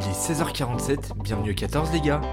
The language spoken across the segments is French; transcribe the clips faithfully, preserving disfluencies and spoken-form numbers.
est seize heures quarante-sept, bienvenue au quatorze les gars.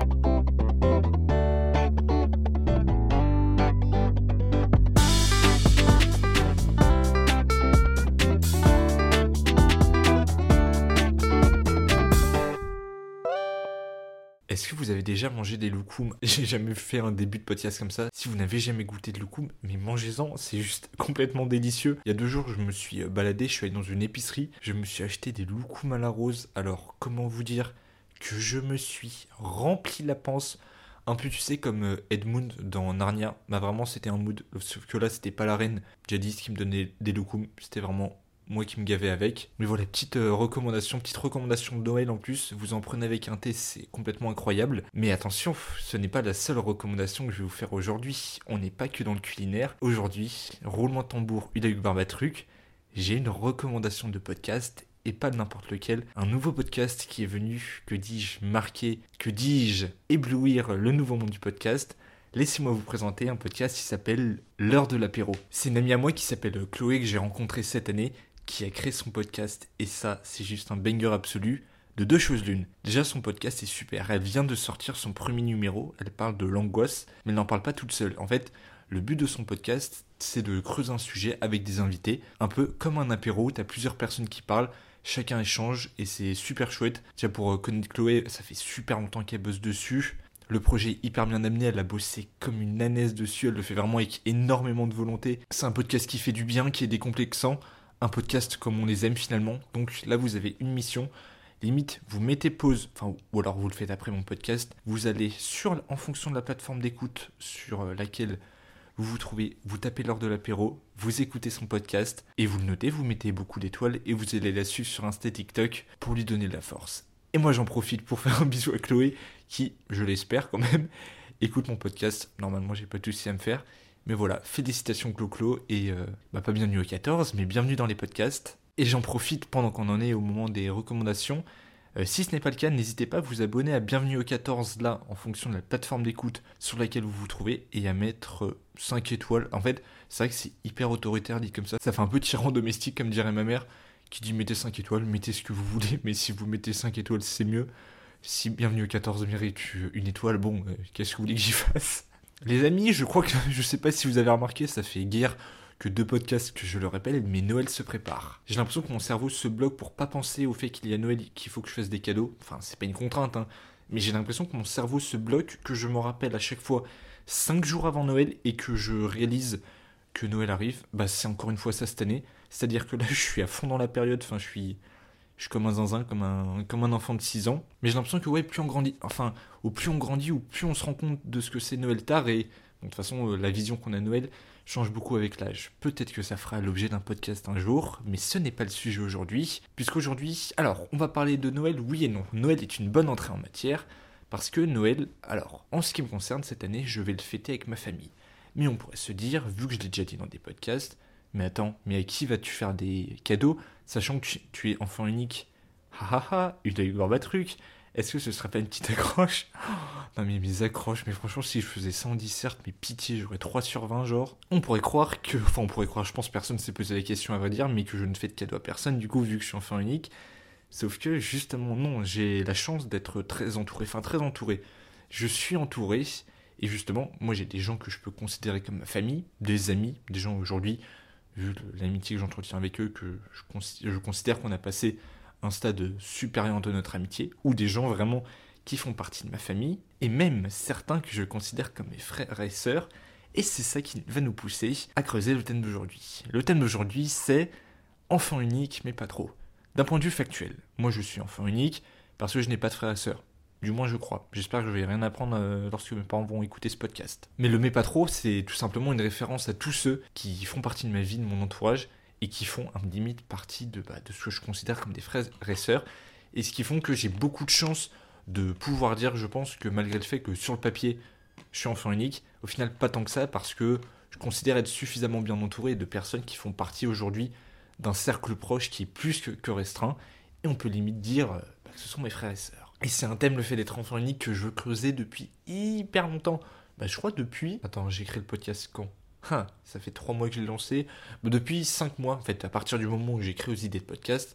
Est-ce que vous avez déjà mangé des loukoums? J'ai jamais fait un début de podcast comme ça. Si vous n'avez jamais goûté de loukoum, mais mangez-en, c'est juste complètement délicieux. Il y a deux jours, je me suis baladé, je suis allé dans une épicerie, je me suis acheté des loukoums à la rose. Alors, comment vous dire que je me suis rempli la panse, un peu, tu sais, comme Edmund dans Narnia. Bah vraiment, c'était un mood, sauf que là, c'était pas la reine Jadis qui me donnait des loukoums, c'était vraiment moi qui me gavais avec. Mais voilà, petite euh, recommandation, petite recommandation de Noël en plus. Vous en prenez avec un thé, c'est complètement incroyable. Mais attention, ce n'est pas la seule recommandation que je vais vous faire aujourd'hui. On n'est pas que dans le culinaire. Aujourd'hui, roulement de tambour, Hugues Barbatruc, j'ai une recommandation de podcast, et pas de n'importe lequel. Un nouveau podcast qui est venu, que dis-je, marquer, que dis-je, éblouir le nouveau monde du podcast. Laissez-moi vous présenter un podcast qui s'appelle L'heure de l'apéro. C'est une amie à moi qui s'appelle Chloé, que j'ai rencontrée cette année, qui a créé son podcast, et ça, c'est juste un banger absolu, de deux choses l'une. Déjà, son podcast est super, elle vient de sortir son premier numéro, elle parle de l'angoisse, mais elle n'en parle pas toute seule. En fait, le but de son podcast, c'est de creuser un sujet avec des invités, un peu comme un apéro où tu as plusieurs personnes qui parlent, chacun échange, et c'est super chouette. Tiens, pour connaître Chloé, ça fait super longtemps qu'elle bosse dessus. Le projet est hyper bien amené, elle a bossé comme une ânaise dessus, elle le fait vraiment avec énormément de volonté. C'est un podcast qui fait du bien, qui est décomplexant, un podcast comme on les aime finalement. Donc là, vous avez une mission. Limite, vous mettez pause, enfin, ou alors vous le faites après mon podcast. Vous allez sur, en fonction de la plateforme d'écoute sur laquelle vous vous trouvez, vous tapez l'heure de l'apéro, vous écoutez son podcast et vous le notez, vous mettez beaucoup d'étoiles et vous allez la suivre sur Insta, TikTok pour lui donner de la force. Et moi, j'en profite pour faire un bisou à Chloé qui, je l'espère quand même, écoute mon podcast. Normalement, j'ai pas de soucis à me faire. Mais voilà, félicitations Clo-Clo et euh, bah pas bienvenue au quatorze, mais bienvenue dans les podcasts. Et j'en profite pendant qu'on en est au moment des recommandations. Euh, si ce n'est pas le cas, n'hésitez pas à vous abonner à Bienvenue au quatorze là, en fonction de la plateforme d'écoute sur laquelle vous vous trouvez, et à mettre euh, cinq étoiles. En fait, c'est vrai que c'est hyper autoritaire dit comme ça. Ça fait un peu tyran domestique, comme dirait ma mère, qui dit mettez cinq étoiles, mettez ce que vous voulez, mais si vous mettez cinq étoiles, c'est mieux. Si Bienvenue au quatorze mérite une étoile, bon, euh, qu'est-ce que vous voulez que j'y fasse ? Les amis, je crois que, je sais pas si vous avez remarqué, ça fait guère que deux podcasts que je le rappelle, mais Noël se prépare. J'ai l'impression que mon cerveau se bloque pour pas penser au fait qu'il y a Noël, qu'il faut que je fasse des cadeaux. Enfin, c'est pas une contrainte, hein, mais j'ai l'impression que mon cerveau se bloque, que je m'en rappelle à chaque fois cinq jours avant Noël et que je réalise que Noël arrive. Bah, c'est encore une fois ça cette année. C'est-à-dire que là, je suis à fond dans la période, enfin, je suis... Je suis comme un zinzin, comme un, comme un enfant de six ans. Mais j'ai l'impression que ouais, plus on grandit, enfin, au plus on grandit, ou plus on se rend compte de ce que c'est Noël tard. Et bon, de toute façon, euh, la vision qu'on a de Noël change beaucoup avec l'âge. Peut-être que ça fera l'objet d'un podcast un jour, mais ce n'est pas le sujet aujourd'hui. Puisqu'aujourd'hui, alors, on va parler de Noël, oui et non. Noël est une bonne entrée en matière, parce que Noël, alors, en ce qui me concerne, cette année, je vais le fêter avec ma famille. Mais on pourrait se dire, vu que je l'ai déjà dit dans des podcasts, mais attends, mais à qui vas-tu faire des cadeaux, sachant que tu es enfant unique? Ha ha ha, Hugues Barbatruc, est-ce que ce serait pas une petite accroche? Non mais mes accroches, mais franchement si je faisais cent dix certes, mais pitié, j'aurais trois sur vingt genre. On pourrait croire que, enfin on pourrait croire, je pense personne s'est posé la question à vrai dire, mais que je ne fais de cadeaux à personne du coup vu que je suis enfant unique. Sauf que justement non, j'ai la chance d'être très entouré, enfin très entouré. Je suis entouré, et justement, moi j'ai des gens que je peux considérer comme ma famille, des amis, des gens aujourd'hui, vu l'amitié que j'entretiens avec eux, que je, cons- je considère qu'on a passé un stade supérieur de notre amitié, ou des gens vraiment qui font partie de ma famille, et même certains que je considère comme mes frères et sœurs, et c'est ça qui va nous pousser à creuser le thème d'aujourd'hui. Le thème d'aujourd'hui, c'est enfant unique, mais pas trop. D'un point de vue factuel, moi je suis enfant unique parce que je n'ai pas de frères et sœurs. Du moins je crois. J'espère que je vais rien apprendre euh, lorsque mes parents vont écouter ce podcast. Mais le mais pas trop, c'est tout simplement une référence à tous ceux qui font partie de ma vie, de mon entourage, et qui font en limite partie de, bah, de ce que je considère comme des frères et sœurs, et ce qui font que j'ai beaucoup de chance de pouvoir dire, je pense, que malgré le fait que sur le papier, je suis enfant unique, au final pas tant que ça, parce que je considère être suffisamment bien entouré de personnes qui font partie aujourd'hui d'un cercle proche qui est plus que, que restreint, et on peut limite dire euh, bah, que ce sont mes frères et sœurs. Et c'est un thème, le fait d'être enfant unique, que je veux creuser depuis hyper longtemps. Bah, je crois depuis... Attends, j'ai créé le podcast quand ? Ah, ça fait trois mois que je l'ai lancé. Bah, depuis cinq mois, en fait, à partir du moment où j'ai créé aux idées de podcast,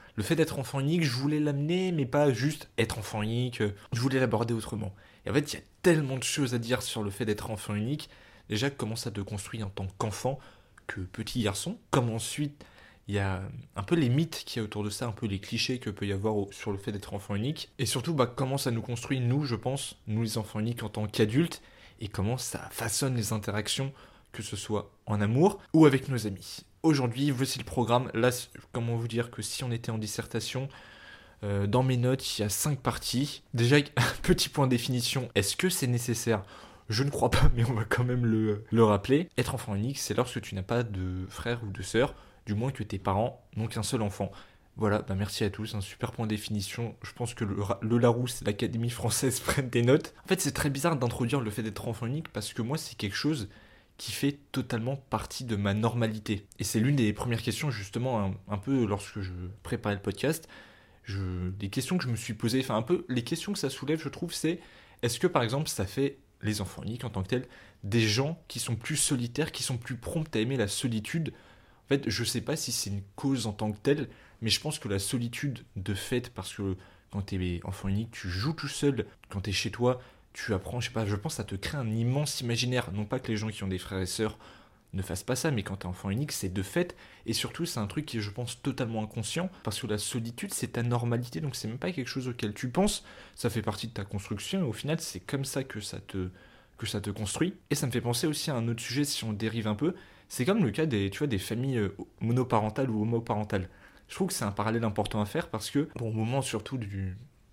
Le fait d'être enfant unique, je voulais l'amener, mais pas juste être enfant unique, euh, je voulais l'aborder autrement. Et en fait, il y a tellement de choses à dire sur le fait d'être enfant unique. Déjà, comment ça te construit en tant qu'enfant, que petit garçon. Comme ensuite, il y a un peu les mythes qu'il y a autour de ça, un peu les clichés que peut y avoir au- sur le fait d'être enfant unique. Et surtout, bah, comment ça nous construit, nous, je pense, nous les enfants uniques en tant qu'adultes, et comment ça façonne les interactions, que ce soit en amour ou avec nos amis. Aujourd'hui, voici le programme. Là, c'est- comment vous dire que si on était en dissertation, euh, dans mes notes, il y a cinq parties. Déjà, un petit point de définition. Est-ce que c'est nécessaire ? Je ne crois pas, mais on va quand même le, le rappeler. Être enfant unique, c'est lorsque tu n'as pas de frère ou de sœur, du moins que tes parents n'ont qu'un seul enfant. Voilà, bah merci à tous, un super point de définition. Je pense que le, le Larousse et l'Académie française prennent des notes. En fait, c'est très bizarre d'introduire le fait d'être enfant unique parce que moi, c'est quelque chose qui fait totalement partie de ma normalité. Et c'est l'une des premières questions, justement, un, un peu lorsque je préparais le podcast. Je, les questions que je me suis posées, enfin un peu les questions que ça soulève, je trouve, c'est est-ce que par exemple ça fait les enfants uniques en tant que tels des gens qui sont plus solitaires, qui sont plus prompts à aimer la solitude. En fait, je sais pas si c'est une cause en tant que telle, mais je pense que la solitude de fait, parce que quand t'es enfant unique, tu joues tout seul, quand t'es chez toi, tu apprends, je sais pas, je pense que ça te crée un immense imaginaire. Non pas que les gens qui ont des frères et sœurs ne fassent pas ça, mais quand t'es enfant unique, c'est de fait. Et surtout, c'est un truc qui est, je pense, totalement inconscient, parce que la solitude, c'est ta normalité, donc c'est même pas quelque chose auquel tu penses, ça fait partie de ta construction, et au final, c'est comme ça que ça te, que ça te construit. Et ça me fait penser aussi à un autre sujet, si on dérive un peu, c'est comme le cas des, tu vois, des familles euh, monoparentales ou homoparentales. Je trouve que c'est un parallèle important à faire, parce que, bon, au moment surtout du,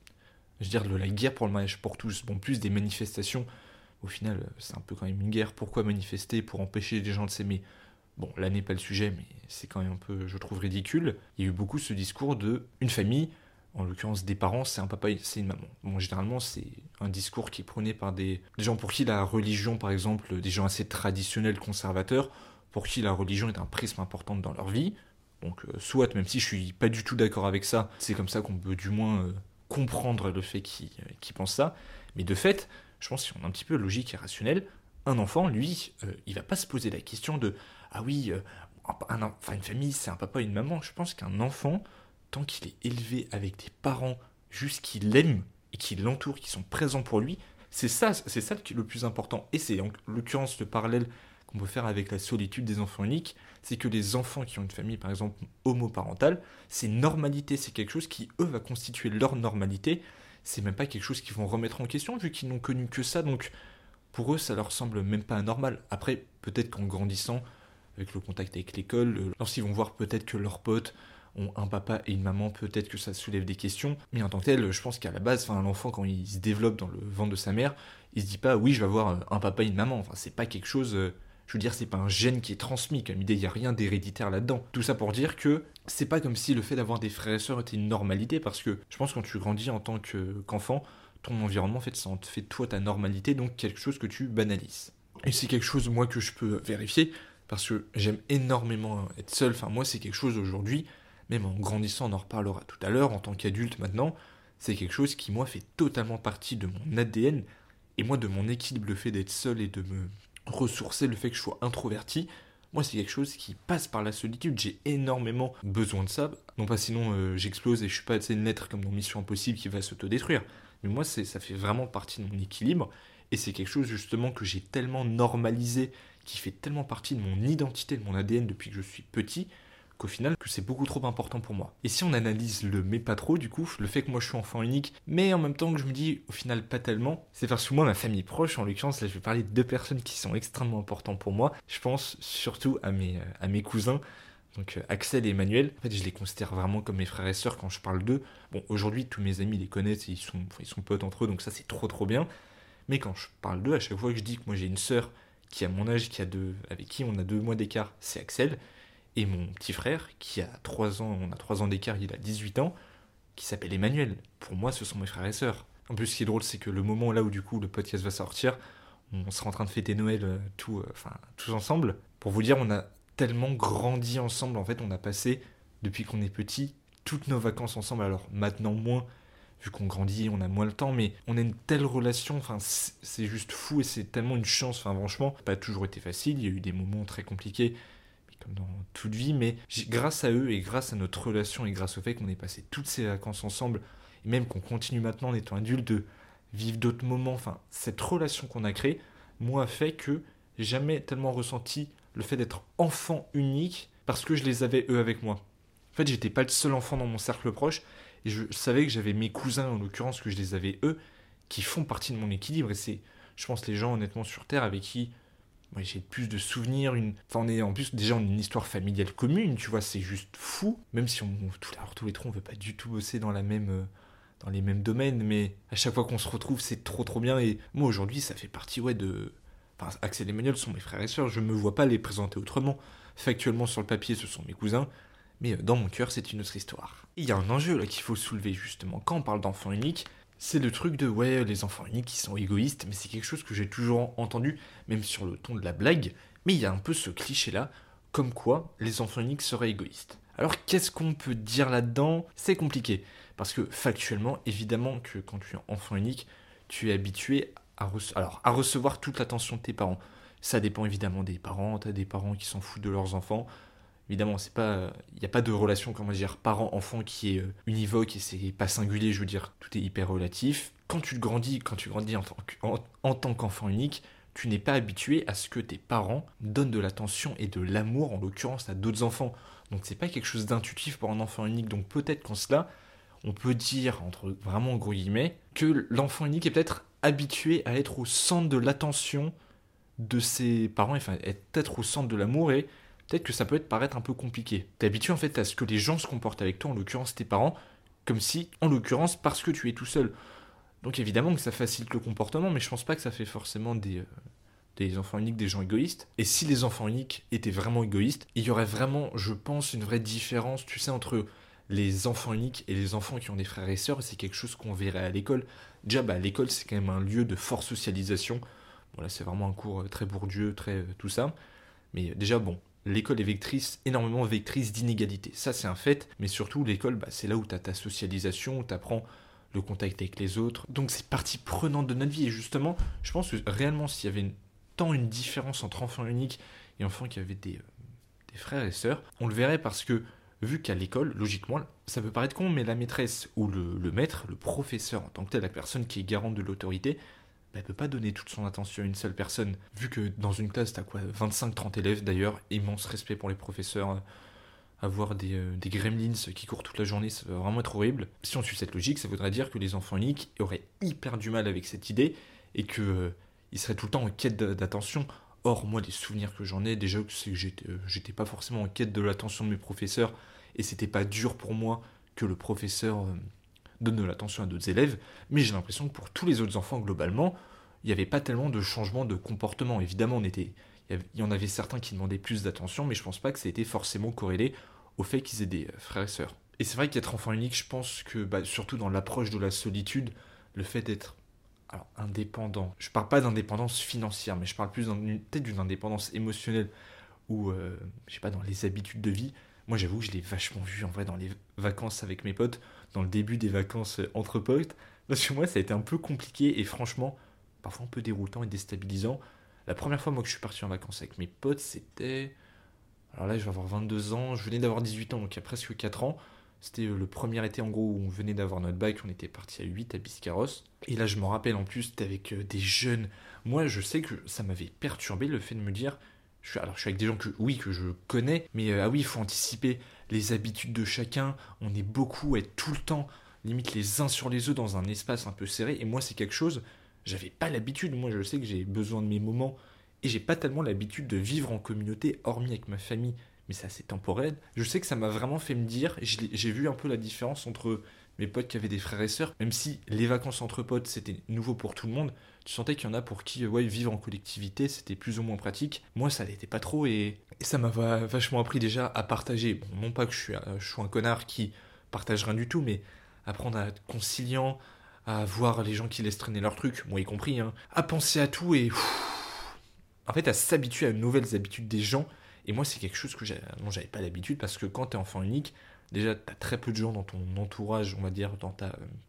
je veux dire, de la guerre pour le mariage pour tous, bon, plus des manifestations. Au final, c'est un peu quand même une guerre. Pourquoi manifester pour empêcher les gens de s'aimer ? Bon, là n'est pas le sujet, mais c'est quand même un peu, je trouve, ridicule. Il y a eu beaucoup ce discours de une famille, en l'occurrence des parents, c'est un papa, c'est une maman. Bon, généralement, c'est un discours qui est prôné par des, des gens pour qui la religion, par exemple, des gens assez traditionnels, conservateurs, pour qui la religion est un prisme important dans leur vie. Donc, euh, soit, même si je suis pas du tout d'accord avec ça, c'est comme ça qu'on peut du moins euh, comprendre le fait qu'ils euh, qu'ils pensent ça. Mais de fait, je pense, si on est un petit peu logique et rationnel, un enfant, lui, euh, il va pas se poser la question de ah oui, euh, un, un, enfin une famille, c'est un papa et une maman. Je pense qu'un enfant, tant qu'il est élevé avec des parents juste qui l'aiment et qui l'entourent, qui sont présents pour lui, c'est ça, c'est ça le plus important. Et c'est en l'occurrence le parallèle qu'on peut faire avec la solitude des enfants uniques, c'est que les enfants qui ont une famille, par exemple, homoparentale, c'est normalité, c'est quelque chose qui, eux, va constituer leur normalité. C'est même pas quelque chose qu'ils vont remettre en question, vu qu'ils n'ont connu que ça, donc pour eux, ça leur semble même pas anormal. Après, peut-être qu'en grandissant, avec le contact avec l'école, euh, lorsqu'ils vont voir peut-être que leurs potes ont un papa et une maman, peut-être que ça soulève des questions. Mais en tant que tel, je pense qu'à la base, enfin, l'enfant, quand il se développe dans le ventre de sa mère, il se dit pas, oui, je vais avoir un papa et une maman. Enfin, c'est pas quelque chose... euh, je veux dire, c'est pas un gène qui est transmis, comme idée, il n'y a rien d'héréditaire là-dedans. Tout ça pour dire que c'est pas comme si le fait d'avoir des frères et sœurs était une normalité, parce que je pense que quand tu grandis en tant que, qu'enfant, ton environnement, en fait, ça en te fait toi ta normalité, donc quelque chose que tu banalises. Et c'est quelque chose, moi, que je peux vérifier, parce que j'aime énormément être seul. Enfin, moi, c'est quelque chose aujourd'hui, même en grandissant, on en reparlera tout à l'heure, en tant qu'adulte maintenant, c'est quelque chose qui, moi, fait totalement partie de mon A D N, et moi, de mon équilibre, le fait d'être seul et de me ressourcer, le fait que je sois introverti, moi c'est quelque chose qui passe par la solitude, j'ai énormément besoin de ça, non pas sinon euh, j'explose et je suis pas assez une lettre comme dans Mission Impossible qui va s'autodétruire, mais moi c'est, ça fait vraiment partie de mon équilibre, et c'est quelque chose justement que j'ai tellement normalisé, qui fait tellement partie de mon identité, de mon A D N depuis que je suis petit, qu'au final, que c'est beaucoup trop important pour moi. Et si on analyse le mais pas trop, du coup, le fait que moi je suis enfant unique, mais en même temps que je me dis, au final, pas tellement, c'est parce que moi, ma famille proche, en l'occurrence, là je vais parler de deux personnes qui sont extrêmement importantes pour moi. Je pense surtout à mes, à mes cousins, donc Axel et Emmanuel. En fait, je les considère vraiment comme mes frères et sœurs quand je parle d'eux. Bon, aujourd'hui, tous mes amis les connaissent et ils sont, enfin, ils sont potes entre eux, donc ça c'est trop trop bien. Mais quand je parle d'eux, à chaque fois que je dis que moi j'ai une sœur qui a mon âge, qui a deux, avec qui on a deux mois d'écart, c'est Axel. Et mon petit frère, qui a trois ans, on a trois ans d'écart, il a dix-huit ans, qui s'appelle Emmanuel. Pour moi, ce sont mes frères et sœurs. En plus, ce qui est drôle, c'est que le moment là où du coup le podcast va sortir, on sera en train de fêter Noël euh, tout, euh, enfin, tous ensemble. Pour vous dire, on a tellement grandi ensemble, en fait, on a passé, depuis qu'on est petit, toutes nos vacances ensemble. Alors maintenant moins, vu qu'on grandit, on a moins le temps, mais on a une telle relation, enfin, c'est juste fou et c'est tellement une chance, enfin franchement, ça n'a pas toujours été facile, il y a eu des moments très compliqués. comme dans toute vie, mais grâce à eux et grâce à notre relation et grâce au fait qu'on ait passé toutes ces vacances ensemble, et même qu'on continue maintenant en étant adulte de vivre d'autres moments, enfin, cette relation qu'on a créée, moi, a fait que j'ai jamais tellement ressenti le fait d'être enfant unique parce que je les avais eux avec moi. En fait, j'étais pas le seul enfant dans mon cercle proche et je savais que j'avais mes cousins, en l'occurrence, que je les avais eux, qui font partie de mon équilibre. Et c'est, je pense, les gens honnêtement sur Terre avec qui moi, j'ai plus de souvenirs. Une... Enfin, on est en plus déjà on a une histoire familiale commune, tu vois, c'est juste fou. Même si on, alors, tous les trois, on veut pas du tout bosser dans la même, euh, dans les mêmes domaines, mais à chaque fois qu'on se retrouve, c'est trop trop bien. Et moi aujourd'hui, ça fait partie ouais de. Enfin, Axel et Emmanuel sont mes frères et sœurs. Je me vois pas les présenter autrement. Factuellement sur le papier, ce sont mes cousins. Mais dans mon cœur, c'est une autre histoire. Il y a un enjeu là qu'il faut soulever justement quand on parle d'enfants uniques. C'est le truc de ouais, les enfants uniques qui sont égoïstes, mais c'est quelque chose que j'ai toujours entendu, même sur le ton de la blague. Mais il y a un peu ce cliché-là, comme quoi les enfants uniques seraient égoïstes. Alors qu'est-ce qu'on peut dire là-dedans ? C'est compliqué, parce que factuellement, évidemment que quand tu es enfant unique, tu es habitué à, rece- alors, à recevoir toute l'attention de tes parents. Ça dépend évidemment des parents, t'as des parents qui s'en foutent de leurs enfants. Évidemment, c'est pas, il n'y a pas de relation, comment dire, parent-enfant qui est euh, univoque et c'est pas singulier, je veux dire, tout est hyper relatif. Quand tu grandis, quand tu grandis en tant, que- en, en tant qu'enfant unique, tu n'es pas habitué à ce que tes parents donnent de l'attention et de l'amour, en l'occurrence, à d'autres enfants. Donc c'est pas quelque chose d'intuitif pour un enfant unique. Donc peut-être qu'en cela, on peut dire, entre vraiment gros guillemets, que l'enfant unique est peut-être habitué à être au centre de l'attention de ses parents, enfin être peut-être au centre de l'amour et peut-être que ça peut être paraître un peu compliqué. T'es habitué en fait à ce que les gens se comportent avec toi, en l'occurrence tes parents, comme si, en l'occurrence, parce que tu es tout seul. Donc évidemment que ça facilite le comportement, mais je pense pas que ça fait forcément des, euh, des enfants uniques, des gens égoïstes. Et si les enfants uniques étaient vraiment égoïstes, il y aurait vraiment, je pense, une vraie différence, tu sais, entre les enfants uniques et les enfants qui ont des frères et sœurs. C'est quelque chose qu'on verrait à l'école. Déjà, bah, l'école, c'est quand même un lieu de forte socialisation. Bon, là, c'est vraiment un cours euh, très bourdieu, très euh, tout ça. Mais déjà, bon, l'école est vectrice, énormément vectrice d'inégalités. Ça, c'est un fait. Mais surtout, l'école, bah, c'est là où tu as ta socialisation, où tu apprends le contact avec les autres. Donc, c'est partie prenante de notre vie. Et justement, je pense que réellement, s'il y avait une, tant une différence entre enfants uniques et enfants qui avaient des, euh, des frères et sœurs, on le verrait parce que, vu qu'à l'école, logiquement, ça peut paraître con, mais la maîtresse ou le, le maître, le professeur en tant que tel, la personne qui est garante de l'autorité, elle peut pas donner toute son attention à une seule personne. Vu que dans une classe, t'as quoi, vingt-cinq trente élèves d'ailleurs, immense respect pour les professeurs. Avoir des, euh, des gremlins qui courent toute la journée, ça va vraiment être horrible. Si on suit cette logique, ça voudrait dire que les enfants uniques auraient hyper du mal avec cette idée et qu'ils euh, seraient tout le temps en quête d'attention. Or, moi, les souvenirs que j'en ai, déjà, c'est que j'étais, euh, j'étais pas forcément en quête de l'attention de mes professeurs et c'était pas dur pour moi que le professeur euh, donne de l'attention à d'autres élèves, mais j'ai l'impression que pour tous les autres enfants, globalement, il n'y avait pas tellement de changement de comportement. Évidemment, on était, il y en avait certains qui demandaient plus d'attention, mais je pense pas que ça ait été forcément corrélé au fait qu'ils aient des frères et sœurs. Et c'est vrai qu'être enfant unique, je pense que, bah, surtout dans l'approche de la solitude, le fait d'être alors, indépendant, je parle pas d'indépendance financière, mais je parle plus peut-être d'une indépendance émotionnelle, ou, euh, je sais pas, dans les habitudes de vie. Moi, j'avoue que je l'ai vachement vu, en vrai, dans les vacances avec mes potes, dans le début des vacances entre potes, parce que moi, ça a été un peu compliqué, et franchement, parfois un peu déroutant et déstabilisant. La première fois, moi, que je suis parti en vacances avec mes potes, c'était... Alors là, je vais avoir vingt-deux ans, je venais d'avoir dix-huit ans, donc il y a presque quatre ans. C'était le premier été, en gros, où on venait d'avoir notre bac, on était parti à huit à Biscarrosse. Et là, je m'en rappelle, en plus, c'était avec euh, des jeunes. Moi, je sais que ça m'avait perturbé, le fait de me dire... Je suis, alors, je suis avec des gens que, oui, que je connais, mais euh, ah oui, il faut anticiper les habitudes de chacun. On est beaucoup à être tout le temps, limite les uns sur les autres, dans un espace un peu serré. Et moi, c'est quelque chose... J'avais pas l'habitude, moi je sais que j'ai besoin de mes moments et j'ai pas tellement l'habitude de vivre en communauté, hormis avec ma famille, mais c'est assez temporel. Je sais que ça m'a vraiment fait me dire, j'ai vu un peu la différence entre mes potes qui avaient des frères et sœurs, même si les vacances entre potes c'était nouveau pour tout le monde, tu sentais qu'il y en a pour qui ouais, vivre en collectivité c'était plus ou moins pratique. Moi ça l'était pas trop et, et ça m'a vachement appris déjà à partager. Bon, non pas que je suis, je suis un connard qui partage rien du tout, mais apprendre à être conciliant, à voir les gens qui laissent traîner leurs trucs, moi y compris, hein, à penser à tout et... Pff, en fait, à s'habituer à de nouvelles habitudes des gens. Et moi, c'est quelque chose que j'avais, dont j'avais pas l'habitude, parce que quand t'es enfant unique, déjà, t'as très peu de gens dans ton entourage, on va dire, dans ta,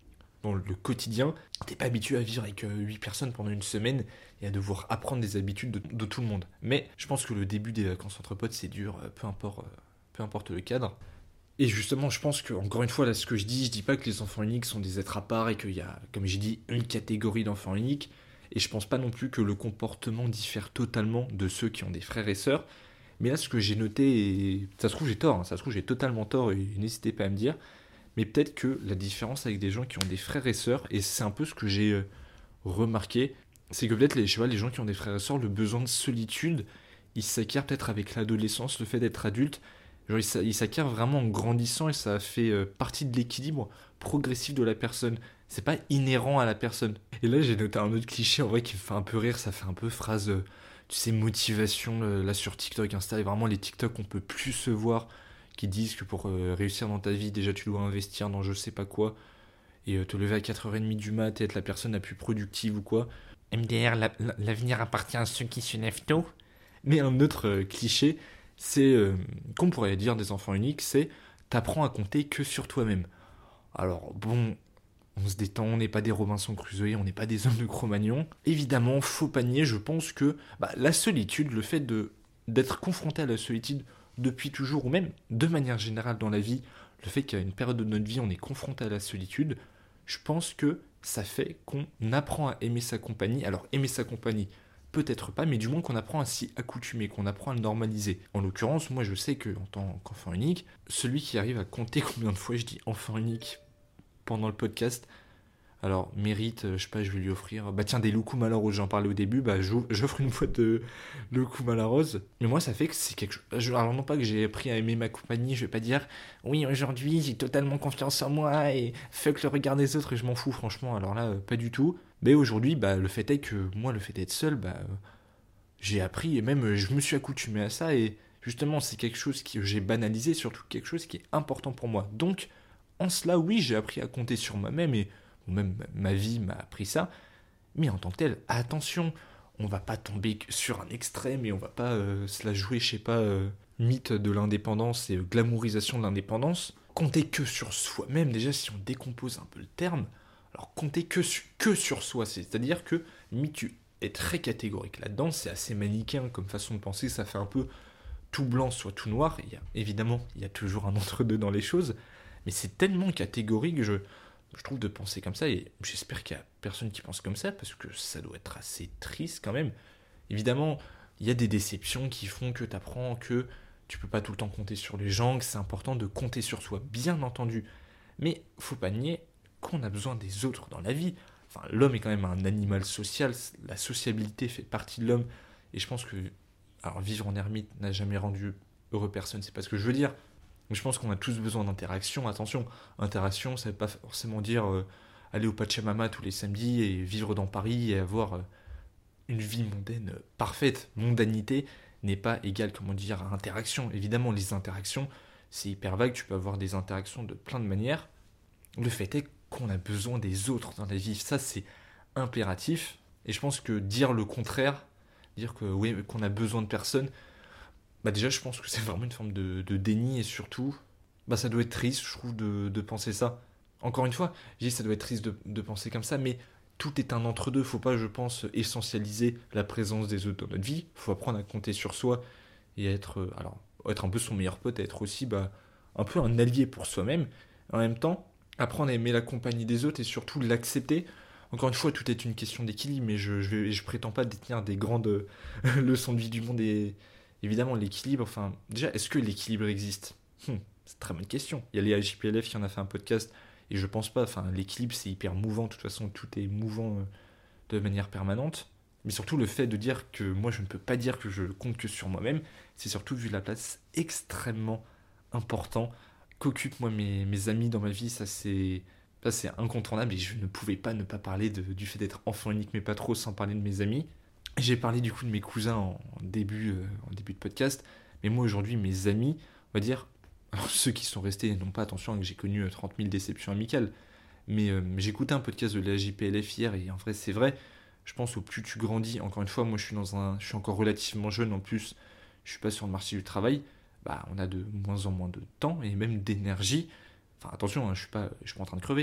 dans le quotidien, t'es pas habitué à vivre avec huit personnes pendant une semaine et à devoir apprendre des habitudes de, de tout le monde. Mais je pense que le début des vacances entre potes, c'est dur, peu importe, peu importe le cadre. Et justement, je pense que, encore une fois, là, ce que je dis, je dis pas que les enfants uniques sont des êtres à part et qu'il y a, comme j'ai dit, une catégorie d'enfants uniques. Et je pense pas non plus que le comportement diffère totalement de ceux qui ont des frères et sœurs. Mais là, ce que j'ai noté, et ça se trouve, j'ai tort, hein, ça se trouve, j'ai totalement tort, et n'hésitez pas à me dire. Mais peut-être que la différence avec des gens qui ont des frères et sœurs, et c'est un peu ce que j'ai euh, remarqué, c'est que peut-être les, je sais pas, les gens qui ont des frères et sœurs, le besoin de solitude, il s'acquiert peut-être avec l'adolescence, le fait d'être adulte. Genre, il s'acquiert vraiment en grandissant et ça fait euh, partie de l'équilibre progressif de la personne. C'est pas inhérent à la personne. Et là, j'ai noté un autre cliché en vrai qui me fait un peu rire. Ça fait un peu phrase, euh, tu sais, motivation euh, là sur TikTok, Insta. Et vraiment, les TikTok qu'on peut plus se voir qui disent que pour euh, réussir dans ta vie, déjà tu dois investir dans je sais pas quoi et euh, te lever à quatre heures trente du mat et être la personne la plus productive ou quoi. M D R, la- la- l'avenir appartient à ceux qui se lèvent tôt. Mais un autre euh, cliché, c'est, euh, qu'on pourrait dire des enfants uniques, c'est t'apprends à compter que sur toi-même. Alors bon, on se détend, on n'est pas des Robinson Crusoe, on n'est pas des hommes de Cro-Magnon. Évidemment, faux panier, je pense que bah, la solitude, le fait de d'être confronté à la solitude depuis toujours, ou même de manière générale dans la vie, le fait qu'à une période de notre vie, on est confronté à la solitude, je pense que ça fait qu'on apprend à aimer sa compagnie. Alors aimer sa compagnie, peut-être pas, mais du moins qu'on apprend à s'y accoutumer, qu'on apprend à le normaliser. En l'occurrence, moi je sais que en tant qu'enfant unique, celui qui arrive à compter combien de fois je dis enfant unique pendant le podcast, alors mérite, euh, je sais pas, je vais lui offrir, bah tiens, des loukoums à la rose, j'en parlais au début, bah j'offre j'offre une boîte de loukoums à la rose. Mais moi ça fait que c'est quelque chose, alors non pas que j'ai appris à aimer ma compagnie, je vais pas dire, oui aujourd'hui j'ai totalement confiance en moi et fuck le regard des autres et je m'en fous franchement, alors là, euh, pas du tout. Mais aujourd'hui, bah le fait est que moi, le fait d'être seul, bah euh, j'ai appris et même euh, je me suis accoutumé à ça et justement c'est quelque chose que j'ai banalisé, surtout quelque chose qui est important pour moi. Donc en cela, oui, j'ai appris à compter sur moi-même et bon, même ma vie m'a appris ça. Mais en tant que tel, attention, on va pas tomber sur un extrême et on va pas euh, se la jouer, je sais pas, euh, mythe de l'indépendance et euh, glamourisation de l'indépendance. Compter que sur soi-même, déjà si on décompose un peu le terme, alors compter que, su- que sur soi, c'est-à-dire que mi tu es très catégorique là-dedans, c'est assez manichéen comme façon de penser, ça fait un peu tout blanc soit tout noir. Il y a, évidemment, il y a toujours un entre-deux dans les choses, mais c'est tellement catégorique, je, je trouve, de penser comme ça, et j'espère qu'il y a personne qui pense comme ça, parce que ça doit être assez triste quand même. Évidemment, il y a des déceptions qui font que tu apprends que tu peux pas tout le temps compter sur les gens, que c'est important de compter sur soi, bien entendu. Mais faut pas nier qu'on a besoin des autres dans la vie. Enfin, l'homme est quand même un animal social, la sociabilité fait partie de l'homme, et je pense que, alors vivre en ermite n'a jamais rendu heureux personne, c'est pas ce que je veux dire. Mais je pense qu'on a tous besoin d'interaction. Attention, interaction, ça ne veut pas forcément dire euh, aller au Pachamama tous les samedis et vivre dans Paris et avoir euh, une vie mondaine euh, parfaite. Mondanité n'est pas égale, comment dire, à interaction. Évidemment, les interactions, c'est hyper vague. Tu peux avoir des interactions de plein de manières. Le fait est qu'on a besoin des autres dans la vie. Ça, c'est impératif. Et je pense que dire le contraire, dire que oui, qu'on a besoin de personne, bah déjà, je pense que c'est vraiment une forme de, de déni et surtout, bah ça doit être triste, je trouve, de, de penser ça. Encore une fois, je dis ça doit être triste de, de penser comme ça, mais tout est un entre-deux. Faut pas, je pense, essentialiser la présence des autres dans notre vie. Faut apprendre à compter sur soi et à être, euh, alors, être un peu son meilleur pote, à être aussi bah, un peu un allié pour soi-même. En même temps, apprendre à aimer la compagnie des autres et surtout l'accepter. Encore une fois, tout est une question d'équilibre, mais je, je, vais- je prétends pas détenir des grandes euh, leçons de vie du monde et évidemment, l'équilibre, enfin, déjà, est-ce que l'équilibre existe? Hum, C'est une très bonne question. Il y a les J P L F qui en a fait un podcast, et je pense pas, enfin, l'équilibre, c'est hyper mouvant, de toute façon, tout est mouvant euh, de manière permanente. Mais surtout, le fait de dire que moi, je ne peux pas dire que je compte que sur moi-même, c'est surtout vu la place extrêmement important qu'occupent, moi, mes, mes amis dans ma vie, ça c'est... Ça, c'est incontournable et je ne pouvais pas ne pas parler de- du fait d'être enfant unique, mais pas trop, sans parler de mes amis. J'ai parlé du coup de mes cousins en début, euh, en début de podcast, mais moi aujourd'hui, mes amis, on va dire, alors ceux qui sont restés, non pas attention que j'ai connu euh, trente mille déceptions amicales, mais euh, j'ai écouté un podcast de la J P L F hier et en vrai c'est vrai, je pense au plus tu grandis, encore une fois, moi je suis dans un, je suis encore relativement jeune en plus, je suis pas sur le marché du travail, bah on a de moins en moins de temps et même d'énergie. Enfin attention, hein, je suis pas, je suis pas en train de crever,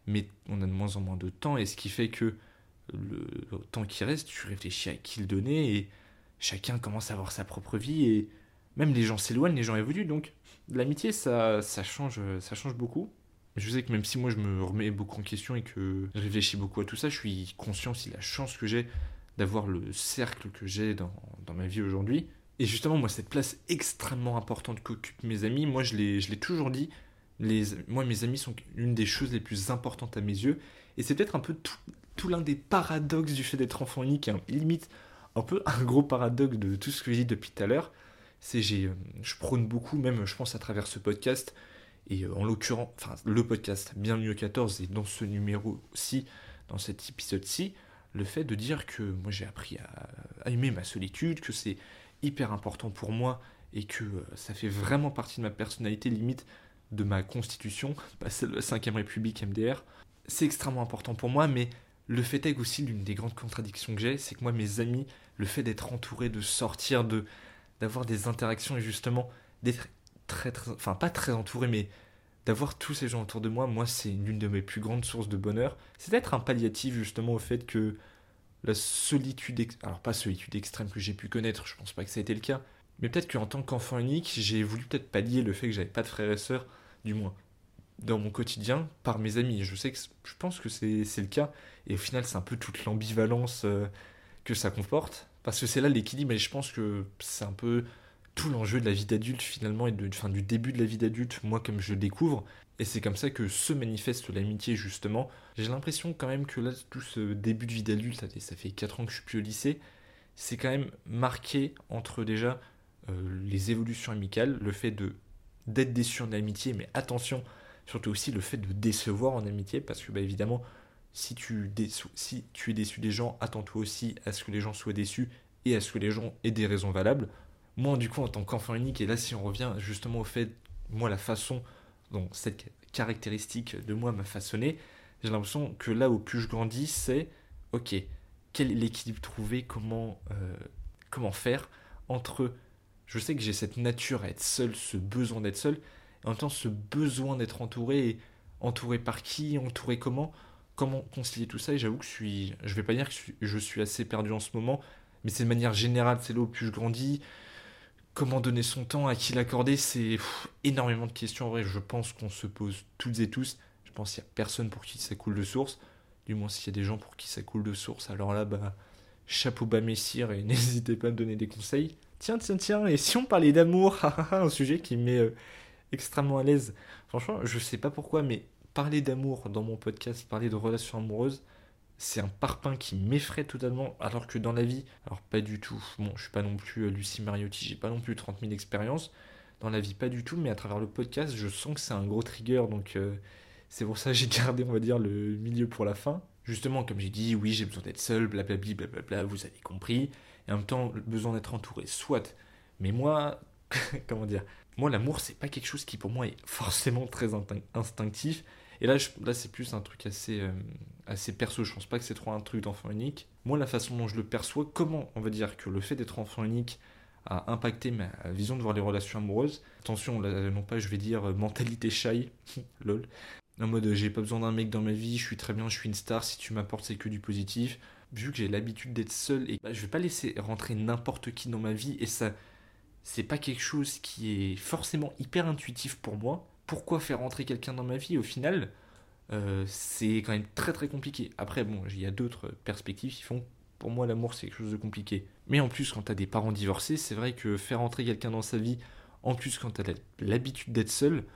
mais on a de moins en moins de temps, et ce qui fait que le temps qui reste, tu réfléchis à qui le donner, et chacun commence à avoir sa propre vie, et même les gens s'éloignent, les gens évoluent, donc l'amitié, ça, ça, change, ça change beaucoup. Je sais que même si moi je me remets beaucoup en question et que je réfléchis beaucoup à tout ça, je suis conscient aussi de la chance que j'ai d'avoir le cercle que j'ai dans, dans ma vie aujourd'hui. Et justement, moi, cette place extrêmement importante qu'occupent mes amis, moi je l'ai, je l'ai toujours dit, les, moi mes amis sont l'une des choses les plus importantes à mes yeux, et c'est peut-être un peu tout, tout l'un des paradoxes du fait d'être enfant unique, hein, limite un peu un gros paradoxe de tout ce que j'ai dit depuis tout à l'heure. C'est j'ai, je prône beaucoup, même je pense à travers ce podcast, et en l'occurrence, enfin le podcast Bienvenue quatorze, et dans ce numéro-ci, dans cet épisode-ci, le fait de dire que moi j'ai appris à, à aimer ma solitude, que c'est hyper important pour moi, et que ça fait vraiment partie de ma personnalité, limite de ma constitution, pas celle de la cinquième République M D R. C'est extrêmement important pour moi, mais le fait est aussi l'une des grandes contradictions que j'ai, c'est que moi mes amis, le fait d'être entouré, de sortir, de d'avoir des interactions et justement d'être très, très, enfin pas très entouré, mais d'avoir tous ces gens autour de moi, moi c'est l'une de mes plus grandes sources de bonheur. C'est d'être un palliatif justement au fait que la solitude, ex... alors pas solitude extrême que j'ai pu connaître, je pense pas que ça a été le cas, mais peut-être qu'en tant qu'enfant unique, j'ai voulu peut-être pallier le fait que j'avais pas de frères et sœurs, du moins dans mon quotidien, par mes amis. Je sais que je pense que c'est, c'est le cas, et au final c'est un peu toute l'ambivalence euh, que ça comporte, parce que c'est là l'équilibre, et je pense que c'est un peu tout l'enjeu de la vie d'adulte finalement, et de, enfin, du début de la vie d'adulte, moi comme je le découvre, et c'est comme ça que se manifeste l'amitié justement. J'ai l'impression quand même que là, tout ce début de vie d'adulte, ça fait quatre ans que je suis plus au lycée, c'est quand même marqué entre déjà euh, les évolutions amicales, le fait de d'être déçu en amitié, mais attention, surtout aussi le fait de décevoir en amitié, parce que bah, évidemment, si tu, déço- si tu es déçu des gens, attends-toi aussi à ce que les gens soient déçus et à ce que les gens aient des raisons valables. Moi, du coup, en tant qu'enfant unique, et là, si on revient justement au fait, moi, la façon dont cette caractéristique de moi m'a façonné, j'ai l'impression que là, au plus je grandis, c'est, ok, quel est l'équilibre trouvé, comment, euh, comment faire entre, je sais que j'ai cette nature à être seul, ce besoin d'être seul, et en même temps, ce besoin d'être entouré, et entouré par qui, entouré comment, comment concilier tout ça, et j'avoue que je suis, je vais pas dire que je suis, je suis assez perdu en ce moment, mais c'est de manière générale, c'est là au plus je grandis. Comment donner son temps, à qui l'accorder, c'est pff, énormément de questions. En vrai, je pense qu'on se pose toutes et tous. Je pense qu'il n'y a personne pour qui ça coule de source. Du moins, s'il y a des gens pour qui ça coule de source, alors là, bah, chapeau bas messire, et n'hésitez pas à me donner des conseils. Tiens, tiens, tiens, et si on parlait d'amour, un sujet qui me met euh, extrêmement à l'aise. Franchement, je sais pas pourquoi, mais parler d'amour dans mon podcast, parler de relations amoureuses, c'est un parpaing qui m'effraie totalement, alors que dans la vie, alors pas du tout, bon, je suis pas non plus euh, Lucie Mariotti, j'ai pas non plus trente mille expériences, dans la vie pas du tout, mais à travers le podcast, je sens que c'est un gros trigger, donc euh, c'est pour ça que j'ai gardé, on va dire, le milieu pour la fin. Justement, comme j'ai dit, oui, j'ai besoin d'être seul, blablabli, blablabla, vous avez compris, et en même temps, le besoin d'être entouré, soit, mais moi, comment dire, moi, l'amour, c'est pas quelque chose qui pour moi est forcément très instinctif. Et là, je, là c'est plus un truc assez, euh, assez perso. Je pense pas que c'est trop un truc d'enfant unique. Moi, la façon dont je le perçois, comment on va dire que le fait d'être enfant unique a impacté ma vision de voir les relations amoureuses. Attention, là, non pas je vais dire euh, mentalité shy, lol. En mode, euh, j'ai pas besoin d'un mec dans ma vie, je suis très bien, je suis une star, si tu m'apportes, c'est que du positif. Vu que j'ai l'habitude d'être seul, et bah, je vais pas laisser rentrer n'importe qui dans ma vie, et ça, c'est pas quelque chose qui est forcément hyper intuitif pour moi. Pourquoi faire rentrer quelqu'un dans ma vie au final euh, c'est quand même très très compliqué. Après, bon, il y a d'autres perspectives qui font, pour moi, l'amour c'est quelque chose de compliqué. Mais en plus, quand t'as des parents divorcés, c'est vrai que faire rentrer quelqu'un dans sa vie, en plus quand t'as l'habitude d'être seul,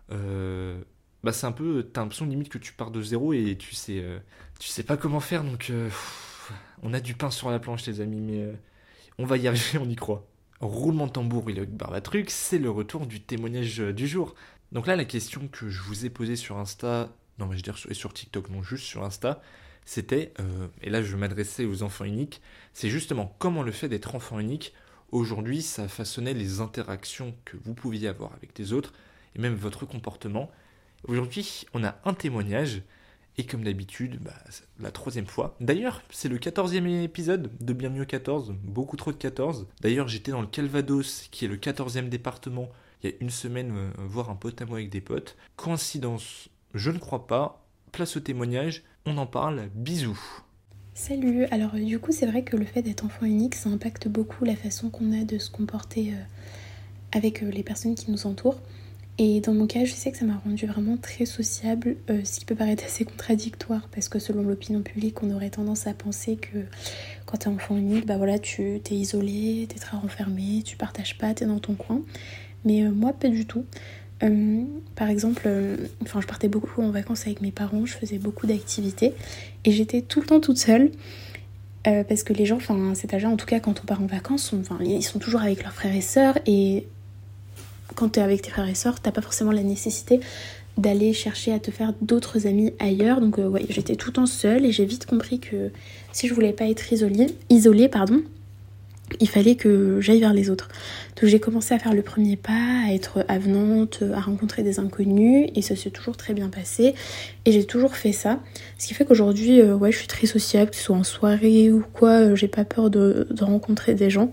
euh, bah c'est un peu, t'as l'impression limite que tu pars de zéro et tu sais, euh, tu sais pas comment faire, donc euh, pff, on a du pain sur la planche, les amis, mais euh, on va y arriver, on y croit. Roulement de tambour, il a Barbatruc, c'est le retour du témoignage du jour. Donc là, la question que je vous ai posée sur Insta, non, mais je veux dire sur, sur TikTok, non, juste sur Insta, c'était, euh, et là je m'adressais aux enfants uniques, c'est justement comment le fait d'être enfant unique, aujourd'hui, ça façonnait les interactions que vous pouviez avoir avec les autres, et même votre comportement. Aujourd'hui, on a un témoignage, et comme d'habitude, bah, la troisième fois. D'ailleurs, c'est le quatorzième épisode de Bienvenue quatorze, beaucoup trop de quatorze. D'ailleurs, j'étais dans le Calvados, qui est le quatorzième département, il y a une semaine, euh, voir un pote à moi avec des potes. Coïncidence, je ne crois pas. place au témoignage, on en parle, bisous. Salut, alors euh, du coup c'est vrai que le fait d'être enfant unique ça impacte beaucoup la façon qu'on a de se comporter euh, avec euh, les personnes qui nous entourent. Et dans mon cas, je sais que ça m'a rendue vraiment très sociable, euh, ce qui peut paraître assez contradictoire parce que selon l'opinion publique, on aurait tendance à penser que quand t'es enfant unique, bah voilà, tu t'es isolé, t'es très renfermé, tu partages pas, t'es dans ton coin. Mais euh, moi, pas du tout. Euh, par exemple, euh, enfin, je partais beaucoup en vacances avec mes parents, je faisais beaucoup d'activités et j'étais tout le temps toute seule. Euh, parce que les gens, enfin, à cet âge-là, en tout cas, quand on part en vacances, on, enfin, ils sont toujours avec leurs frères et sœurs et quand t'es avec tes frères et sœurs, t'as pas forcément la nécessité d'aller chercher à te faire d'autres amis ailleurs. Donc euh, ouais, j'étais tout le temps seule et j'ai vite compris que si je voulais pas être isolée, isolée pardon, il fallait que j'aille vers les autres. Donc j'ai commencé à faire le premier pas, à être avenante, à rencontrer des inconnus et ça s'est toujours très bien passé et j'ai toujours fait ça. Ce qui fait qu'aujourd'hui, euh, ouais, je suis très sociable, que ce soit en soirée ou quoi, euh, j'ai pas peur de, de rencontrer des gens.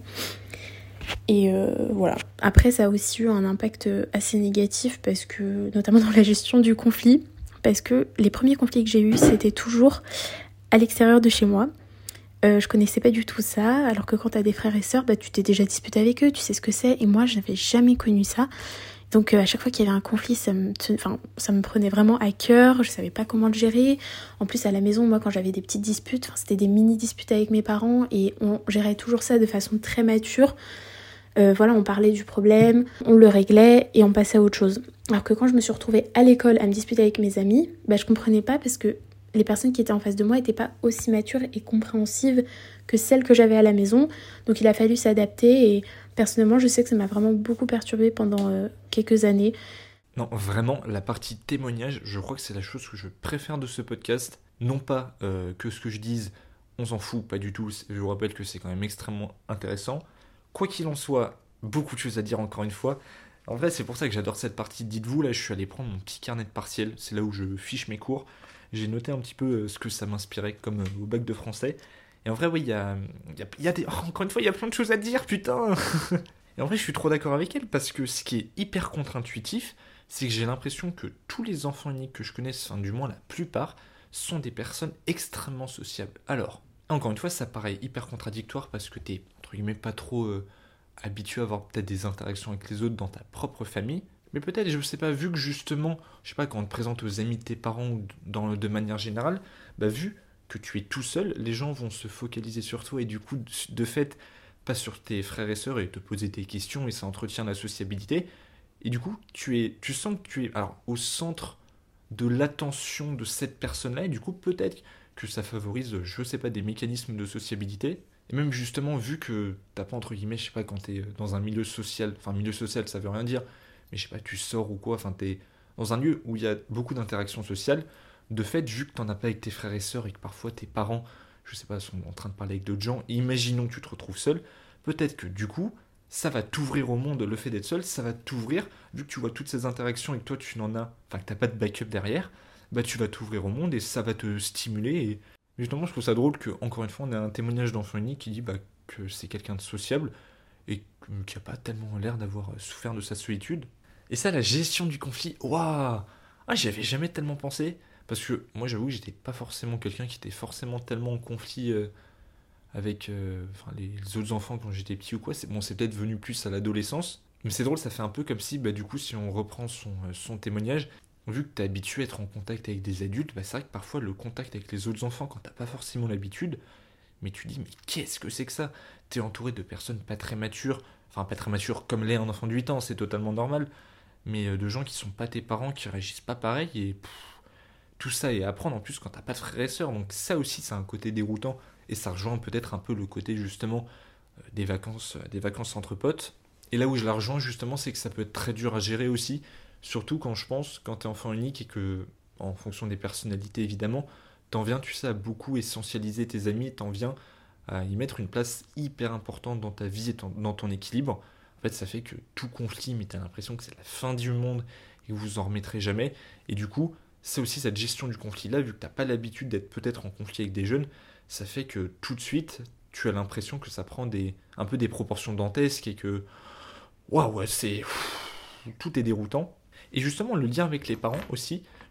Et euh, voilà. Après, ça a aussi eu un impact assez négatif, parce que, notamment dans la gestion du conflit, parce que les premiers conflits que j'ai eus, c'était toujours à l'extérieur de chez moi. Euh, je connaissais pas du tout ça, alors que quand t'as des frères et sœurs, bah, tu t'es déjà disputé avec eux, tu sais ce que c'est, et moi, je n'avais jamais connu ça. Donc euh, à chaque fois qu'il y avait un conflit, ça me, enfin, ça me prenait vraiment à cœur, je savais pas comment le gérer. En plus, à la maison, moi, quand j'avais des petites disputes, c'était des mini-disputes avec mes parents, et on gérait toujours ça de façon très mature. Euh, voilà, on parlait du problème, on le réglait et on passait à autre chose. Alors que quand je me suis retrouvée à l'école à me disputer avec mes amis, bah, je comprenais pas parce que les personnes qui étaient en face de moi n'étaient pas aussi matures et compréhensives que celles que j'avais à la maison. Donc il a fallu s'adapter et personnellement, je sais que ça m'a vraiment beaucoup perturbée pendant euh, quelques années. Non, vraiment, la partie témoignage, je crois que c'est la chose que je préfère de ce podcast. Non pas euh, que ce que je dise, on s'en fout, pas du tout. Je vous rappelle que c'est quand même extrêmement intéressant. Quoi qu'il en soit, beaucoup de choses à dire encore une fois. En vrai, c'est pour ça que j'adore cette partie. Dites-vous, là, je suis allé prendre mon petit carnet de partiel. C'est là où je fiche mes cours. J'ai noté un petit peu ce que ça m'inspirait, comme au bac de français. Et en vrai, oui, il y a, y a, y a des... Oh, encore une fois, il y a plein de choses à dire, putain. Et en vrai, je suis trop d'accord avec elle, parce que ce qui est hyper contre-intuitif, c'est que j'ai l'impression que tous les enfants uniques que je connais, enfin, du moins la plupart, sont des personnes extrêmement sociables. Alors, encore une fois, ça paraît hyper contradictoire parce que t'es, entre guillemets, pas trop euh, habitué à avoir peut-être des interactions avec les autres dans ta propre famille. Mais peut-être, je sais pas, vu que justement, je sais pas, quand on te présente aux amis de tes parents ou dans, de manière générale, bah vu que tu es tout seul, les gens vont se focaliser sur toi et du coup, de fait, pas sur tes frères et sœurs et te poser des questions et ça entretient la sociabilité. Et du coup, tu, es, tu sens que tu es alors, au centre de l'attention de cette personne-là et du coup, peut-être que ça favorise, je sais pas, des mécanismes de sociabilité. Et même justement, vu que t'as pas, entre guillemets, je sais pas, quand t'es dans un milieu social, enfin, milieu social, ça veut rien dire, mais je sais pas, tu sors ou quoi, enfin, t'es dans un lieu où il y a beaucoup d'interactions sociales, de fait, vu que t'en as pas avec tes frères et sœurs et que parfois tes parents, je sais pas, sont en train de parler avec d'autres gens, imaginons que tu te retrouves seul, peut-être que du coup, ça va t'ouvrir au monde, le fait d'être seul, ça va t'ouvrir, vu que tu vois toutes ces interactions et que toi tu n'en as, enfin que t'as pas de backup derrière, bah tu vas t'ouvrir au monde et ça va te stimuler. Et justement, je trouve ça drôle que, encore une fois, on ait un témoignage d'enfant unique qui dit bah, que c'est quelqu'un de sociable et qui a pas tellement l'air d'avoir souffert de sa solitude. Et ça, la gestion du conflit, waouh, ah, j'y avais jamais tellement pensé. Parce que moi, j'avoue que j'étais pas forcément quelqu'un qui était forcément tellement en conflit euh, avec euh, enfin, les, les autres enfants quand j'étais petit ou quoi. C'est, bon, c'est peut-être venu plus à l'adolescence. Mais c'est drôle, ça fait un peu comme si, bah, du coup, si on reprend son, euh, son témoignage, vu que t'es habitué à être en contact avec des adultes, bah, c'est vrai que parfois le contact avec les autres enfants, quand t'as pas forcément l'habitude, mais tu dis, mais qu'est-ce que c'est que ça? T'es entouré de personnes pas très matures, enfin pas très matures comme l'est un enfant de huit ans, c'est totalement normal, mais euh, de gens qui sont pas tes parents, qui réagissent pas pareil, et pff, tout ça est à apprendre en plus quand t'as pas de frères et sœurs, donc ça aussi c'est un côté déroutant, et ça rejoint peut-être un peu le côté justement euh, des vacances, euh, des vacances entre potes. Et là où je la rejoins justement, c'est que ça peut être très dur à gérer aussi, surtout quand je pense, quand t'es enfant unique et que, en fonction des personnalités évidemment, t'en viens, tu sais, à beaucoup essentialiser tes amis, t'en viens à y mettre une place hyper importante dans ta vie et ton- dans ton équilibre. En fait, ça fait que tout conflit, mais t'as l'impression que c'est la fin du monde et que vous en remettrez jamais. Et du coup, c'est aussi cette gestion du conflit-là, vu que t'as pas l'habitude d'être peut-être en conflit avec des jeunes, ça fait que tout de suite, tu as l'impression que ça prend des, un peu des proportions dantesques et que, waouh, ouais, c'est, tout est déroutant. Et justement, le lien avec les parents aussi,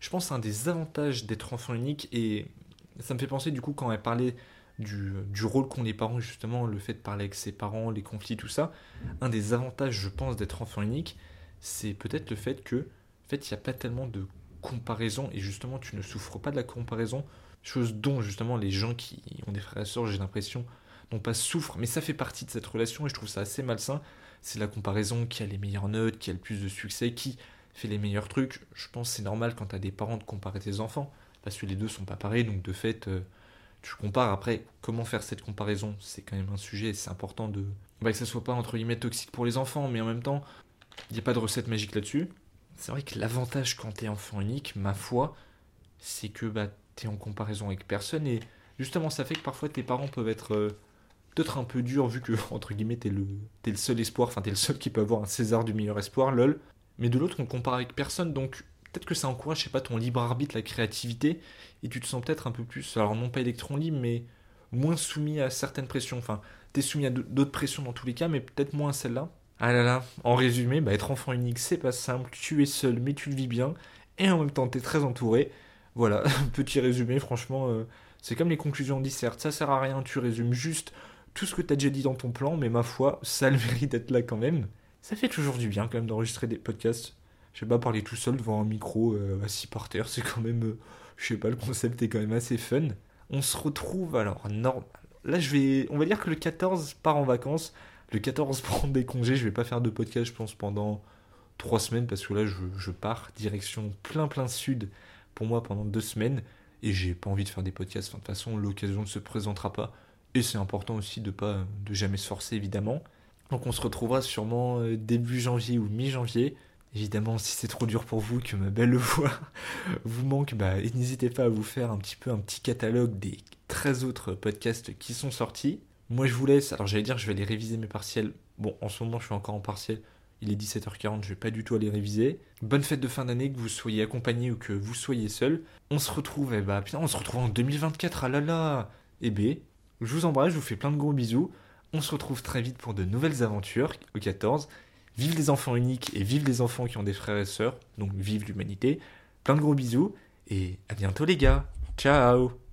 je pense un des avantages d'être enfant unique, et ça me fait penser du coup quand elle parlait du, du rôle qu'ont les parents, justement, le fait de parler avec ses parents, les conflits, tout ça, un des avantages, je pense, d'être enfant unique, c'est peut-être le fait que, en fait, il n'y a pas tellement de comparaison, et justement, tu ne souffres pas de la comparaison, chose dont, justement, les gens qui ont des frères et sœurs, j'ai l'impression, non pas souffrent, mais ça fait partie de cette relation, et je trouve ça assez malsain. C'est la comparaison, qui a les meilleures notes, qui a le plus de succès, qui fait les meilleurs trucs. Je pense que c'est normal quand tu as des parents de comparer tes enfants, parce que les deux sont pas pareils, donc de fait, euh, tu compares. Après, comment faire cette comparaison, c'est quand même un sujet, c'est important de bah, que ça soit pas entre guillemets toxique pour les enfants, mais en même temps, il n'y a pas de recette magique là-dessus. C'est vrai que l'avantage quand t'es enfant unique, ma foi, c'est que bah, t'es en comparaison avec personne, et justement ça fait que parfois tes parents peuvent être euh, peut-être un peu durs, vu que entre guillemets t'es le, t'es le seul espoir, enfin t'es le seul qui peut avoir un César du meilleur espoir, lol. Mais de l'autre on compare avec personne, donc peut-être que ça encourage, je sais pas, ton libre arbitre, la créativité, et tu te sens peut-être un peu plus, alors non pas électron libre, mais moins soumis à certaines pressions. Enfin, t'es soumis à d'autres pressions dans tous les cas, mais peut-être moins à celle-là. Ah là là, en résumé, bah, être enfant unique, c'est pas simple, tu es seul, mais tu le vis bien, et en même temps, t'es très entouré. Voilà, petit résumé, franchement, euh, c'est comme les conclusions de dissert, ça sert à rien, tu résumes juste tout ce que t'as déjà dit dans ton plan, mais ma foi, ça a le mérite d'être là quand même. Ça fait toujours du bien quand même d'enregistrer des podcasts. Je sais pas, parler tout seul devant un micro, euh, assis par terre, c'est quand même, euh, je sais pas, le concept est quand même assez fun. On se retrouve, alors, normal. Là, je vais, on va dire que le quatorze part en vacances. Le quatorze prend des congés. Je vais pas faire de podcast, je pense, pendant trois semaines, parce que là, je, je pars direction plein plein sud pour moi pendant deux semaines. Et j'ai pas envie de faire des podcasts. Enfin, de toute façon, l'occasion ne se présentera pas. Et c'est important aussi de pas, de jamais se forcer, évidemment. Donc, on se retrouvera sûrement euh, début janvier ou mi-janvier. Évidemment, si c'est trop dur pour vous, que ma belle voix vous manque, bah, n'hésitez pas à vous faire un petit peu un petit catalogue des treize autres podcasts qui sont sortis. Moi, je vous laisse. Alors, j'allais dire, je vais aller réviser mes partiels. Bon, en ce moment, je suis encore en partiel. Il est dix-sept heures quarante, je vais pas du tout aller réviser. Bonne fête de fin d'année, que vous soyez accompagné ou que vous soyez seul. On se retrouve, eh bah, putain, on se retrouve en deux mille vingt-quatre, ah là là. Eh bé, je vous embrasse, je vous fais plein de gros bisous. On se retrouve très vite pour de nouvelles aventures au quatorze. Vive les enfants uniques et vive les enfants qui ont des frères et sœurs, donc vive l'humanité. Plein de gros bisous et à bientôt les gars. Ciao.